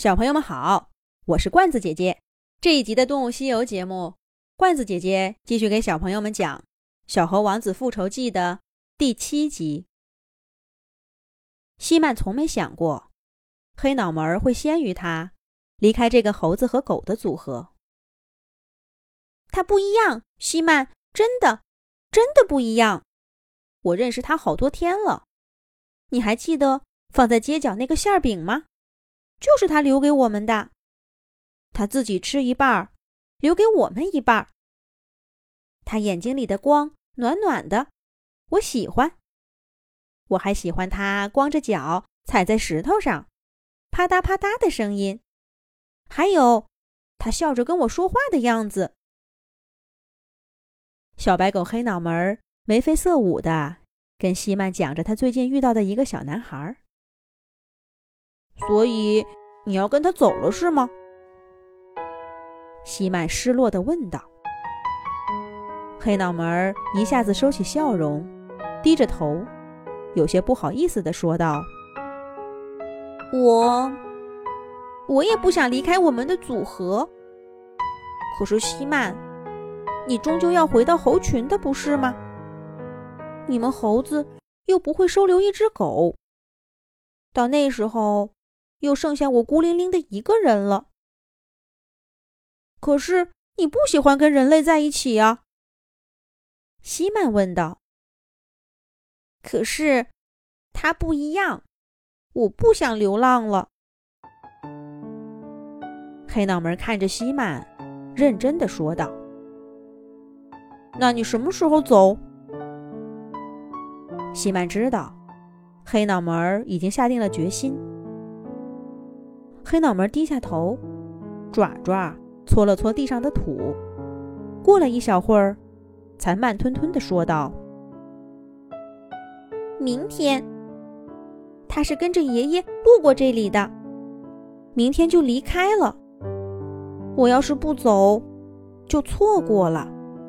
小朋友们好，我是罐子姐姐。这一集的《动物西游》节目，罐子姐姐继续给小朋友们讲《小猴王子复仇记》的第7集。西曼从没想过，黑脑门会先于他离开这个猴子和狗的组合。他不一样，西曼，真的不一样。我认识他好多天了。你还记得放在街角那个馅饼吗？就是他留给我们的。他自己吃一半，留给我们一半。他眼睛里的光暖暖的，我喜欢。我还喜欢他光着脚踩在石头上，啪嗒啪嗒的声音。还有他笑着跟我说话的样子。小白狗黑脑门眉飞色舞的跟西曼讲着他最近遇到的一个小男孩。所以你要跟他走了是吗？西曼失落地问道。黑脑门一下子收起笑容，低着头，有些不好意思地说道：我也不想离开我们的组合。可是西曼，你终究要回到猴群的，不是吗？你们猴子又不会收留一只狗，到那时候又剩下我孤零零的一个人了。可是你不喜欢跟人类在一起啊？西曼问道。可是他不一样，我不想流浪了。黑脑门看着西曼，认真地说道。那你什么时候走？西曼知道黑脑门已经下定了决心。黑脑门低下头，爪爪搓了搓地上的土，过了一小会儿，才慢吞吞地说道：明天。他是跟着爷爷路过这里的，明天就离开了。我要是不走，就错过了。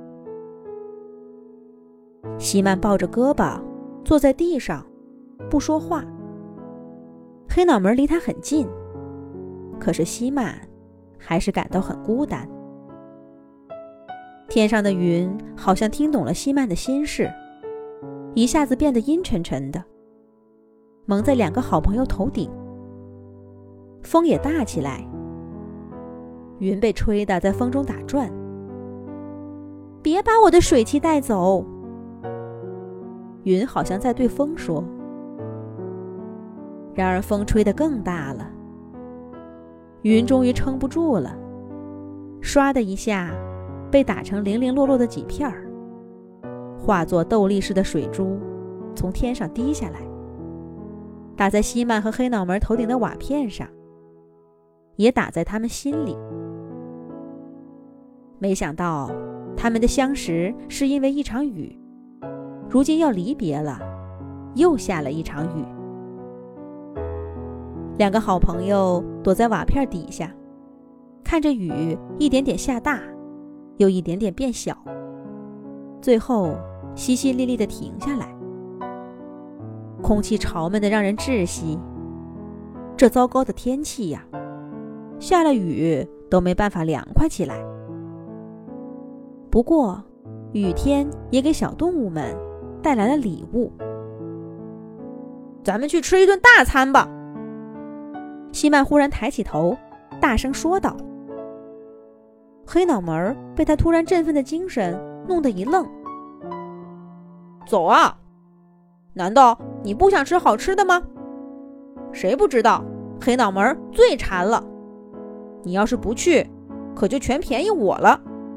西曼抱着胳膊坐在地上，不说话。黑脑门离他很近，可是西曼还是感到很孤单。天上的云好像听懂了西曼的心事，一下子变得阴沉沉的，蒙在2个好朋友头顶。风也大起来，云被吹得在风中打转。别把我的水汽带走，云好像在对风说。然而风吹得更大了，云终于撑不住了，唰的一下被打成零零落落的几片儿，化作豆粒似的水珠从天上滴下来，打在西曼和黑脑门头顶的瓦片上，也打在他们心里。没想到他们的相识是因为一场雨，如今要离别了，又下了一场雨。2个好朋友躲在瓦片底下，看着雨一点点下大，又一点点变小，最后淅淅沥沥地停下来。空气潮闷得让人窒息。这糟糕的天气呀，下了雨都没办法凉快起来。不过雨天也给小动物们带来了礼物。咱们去吃一顿大餐吧。西曼忽然抬起头，大声说道。黑脑门被他突然振奋的精神弄得一愣。走啊！难道你不想吃好吃的吗？谁不知道黑脑门最馋了，你要是不去，可就全便宜我了。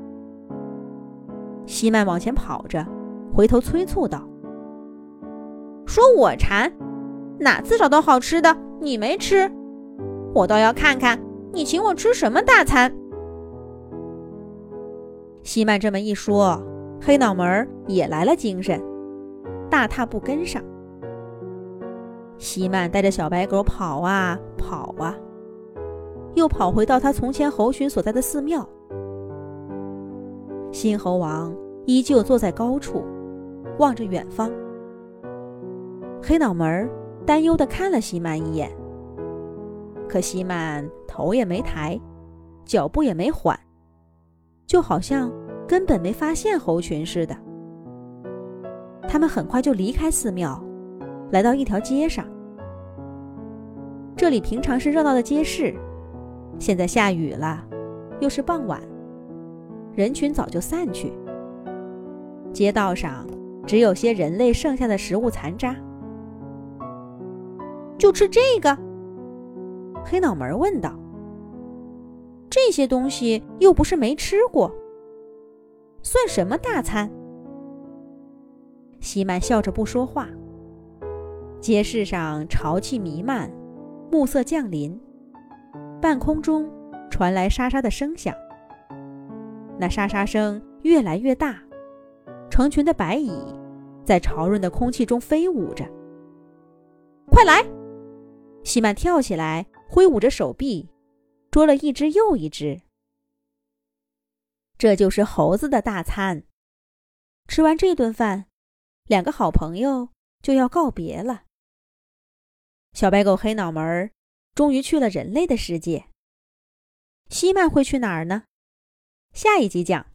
西曼往前跑着，回头催促道。说我馋，哪次找到好吃的你没吃？我倒要看看你请我吃什么大餐。西曼这么一说，黑脑门也来了精神，大踏步跟上。西曼带着小白狗跑啊跑啊，又跑回到他从前猴群所在的寺庙。新猴王依旧坐在高处，望着远方。黑脑门担忧地看了西曼一眼，可西曼头也没抬，脚步也没缓，就好像根本没发现猴群似的。他们很快就离开寺庙，来到一条街上。这里平常是热闹的街市，现在下雨了，又是傍晚，人群早就散去。街道上只有些人类剩下的食物残渣。就吃这个？黑脑门问道。这些东西又不是没吃过，算什么大餐？西曼笑着不说话。街市上潮气弥漫，暮色降临，半空中传来沙沙的声响。那沙沙声越来越大，成群的白蚁在潮润的空气中飞舞着。快来！西曼跳起来，挥舞着手臂，捉了一只又一只。这就是猴子的大餐。吃完这顿饭，两个好朋友就要告别了。小白狗黑脑门终于去了人类的世界。西曼会去哪儿呢？下一集讲。